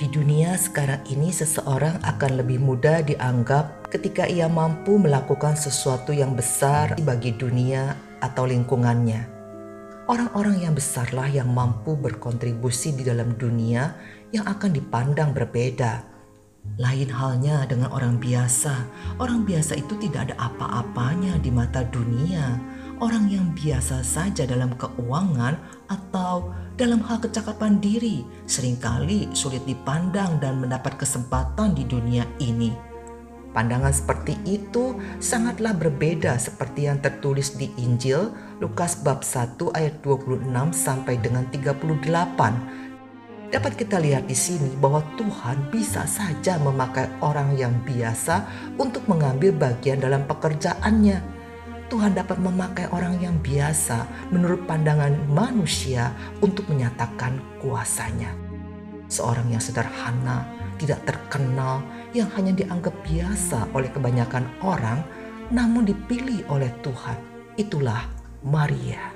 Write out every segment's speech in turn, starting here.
dunia sekarang ini, seseorang akan lebih mudah dianggap ketika ia mampu melakukan sesuatu yang besar bagi dunia atau lingkungannya. Orang-orang yang besarlah yang mampu berkontribusi di dalam dunia yang akan dipandang berbeda. Lain halnya dengan orang biasa. Orang biasa itu tidak ada apa-apanya di mata dunia. Orang yang biasa saja dalam keuangan atau dalam hal kecakapan diri seringkali sulit dipandang dan mendapat kesempatan di dunia ini. Pandangan seperti itu sangatlah berbeda seperti yang tertulis di Injil Lukas bab 1 ayat 26 sampai dengan 38. Dapat kita lihat di sini bahwa Tuhan bisa saja memakai orang yang biasa untuk mengambil bagian dalam pekerjaannya. Tuhan dapat memakai orang yang biasa menurut pandangan manusia untuk menyatakan kuasanya. Seorang yang sederhana, tidak terkenal, yang hanya dianggap biasa oleh kebanyakan orang, namun dipilih oleh Tuhan. Itulah Maria.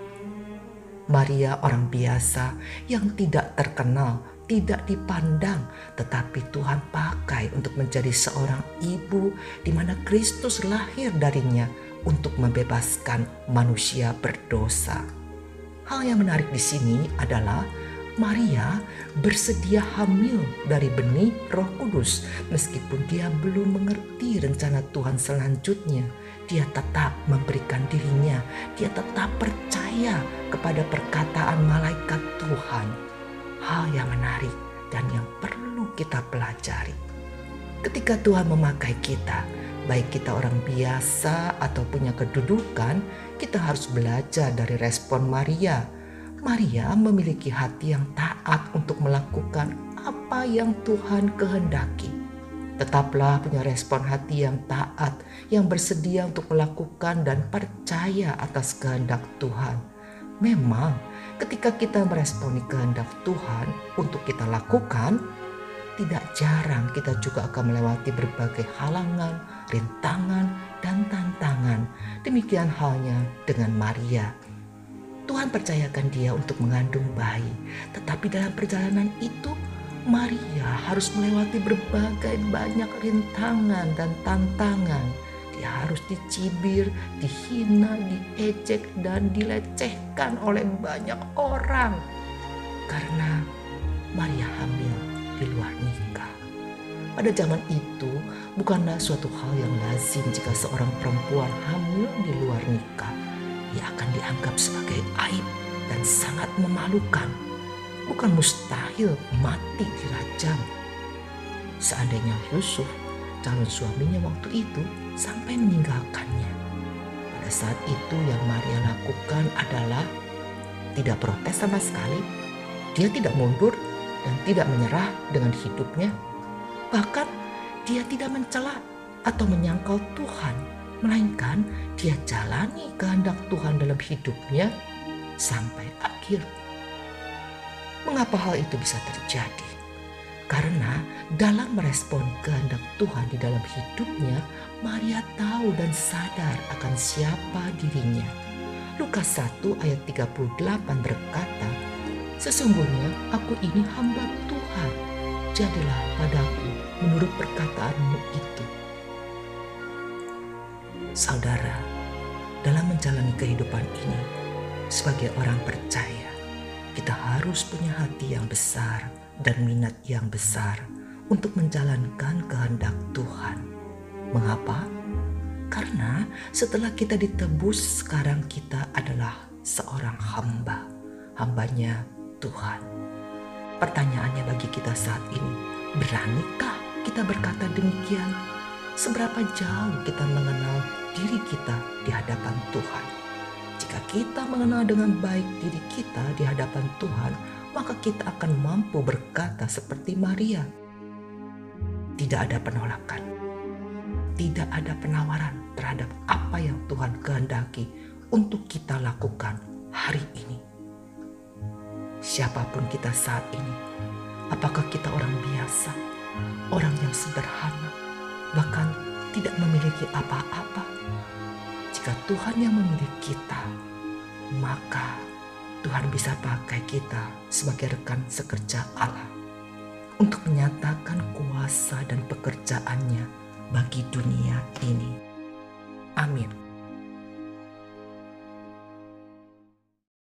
Maria orang biasa yang tidak terkenal, tidak dipandang, tetapi Tuhan pakai untuk menjadi seorang ibu di mana Kristus lahir darinya untuk membebaskan manusia berdosa. Hal yang menarik di sini adalah Maria bersedia hamil dari benih Roh Kudus. Meskipun dia belum mengerti rencana Tuhan selanjutnya, dia tetap memberikan dirinya, dia tetap percaya kepada perkataan malaikat Tuhan. Hal yang menarik dan yang perlu kita pelajari. Ketika Tuhan memakai kita, baik kita orang biasa atau punya kedudukan, kita harus belajar dari respon Maria. Maria memiliki hati yang taat untuk melakukan apa yang Tuhan kehendaki. Tetaplah punya respon hati yang taat, yang bersedia untuk melakukan dan percaya atas kehendak Tuhan. Memang ketika kita meresponi kehendak Tuhan untuk kita lakukan, tidak jarang kita juga akan melewati berbagai halangan, rintangan, dan tantangan. Demikian halnya dengan Maria. Tuhan percayakan dia untuk mengandung bayi. Tetapi dalam perjalanan itu, Maria harus melewati berbagai banyak rintangan dan tantangan. Dia harus dicibir, dihina, diejek, dan dilecehkan oleh banyak orang. Karena Maria hamil di luar nikah. Pada zaman itu bukanlah suatu hal yang lazim jika seorang perempuan hamil di luar nikah. Ia akan dianggap sebagai aib dan sangat memalukan. Bukan mustahil mati dirajam. Seandainya Yusuf, calon suaminya waktu itu, sampai meninggalkannya. Pada saat itu yang Maria lakukan adalah tidak protes sama sekali. Dia tidak mundur dan tidak menyerah dengan hidupnya. Bahkan dia tidak mencela atau menyangkal Tuhan, melainkan dia jalani kehendak Tuhan dalam hidupnya sampai akhir. Mengapa hal itu bisa terjadi? Karena dalam merespon kehendak Tuhan di dalam hidupnya, Maria tahu dan sadar akan siapa dirinya. Lukas 1 ayat 38 berkata, "Sesungguhnya aku ini hamba Tuhan, jadilah padaku menurut perkataanmu itu." Saudara, dalam menjalani kehidupan ini, sebagai orang percaya, kita harus punya hati yang besar dan minat yang besar untuk menjalankan kehendak Tuhan. Mengapa? Karena setelah kita ditebus, sekarang kita adalah seorang hamba, hambanya Tuhan. Pertanyaannya bagi kita saat ini, beranikah kita berkata demikian? Seberapa jauh kita mengenal diri kita di hadapan Tuhan? Jika kita mengenal dengan baik diri kita di hadapan Tuhan, maka kita akan mampu berkata seperti Maria. Tidak ada penolakan, tidak ada penawaran terhadap apa yang Tuhan kehendaki untuk kita lakukan hari ini. Siapapun kita saat ini, apakah kita orang biasa, orang yang sederhana, bahkan tidak memiliki apa-apa. Jika Tuhan yang memilih kita, maka Tuhan bisa pakai kita sebagai rekan sekerja Allah. untuk menyatakan kuasa dan pekerjaannya bagi dunia ini. Amin.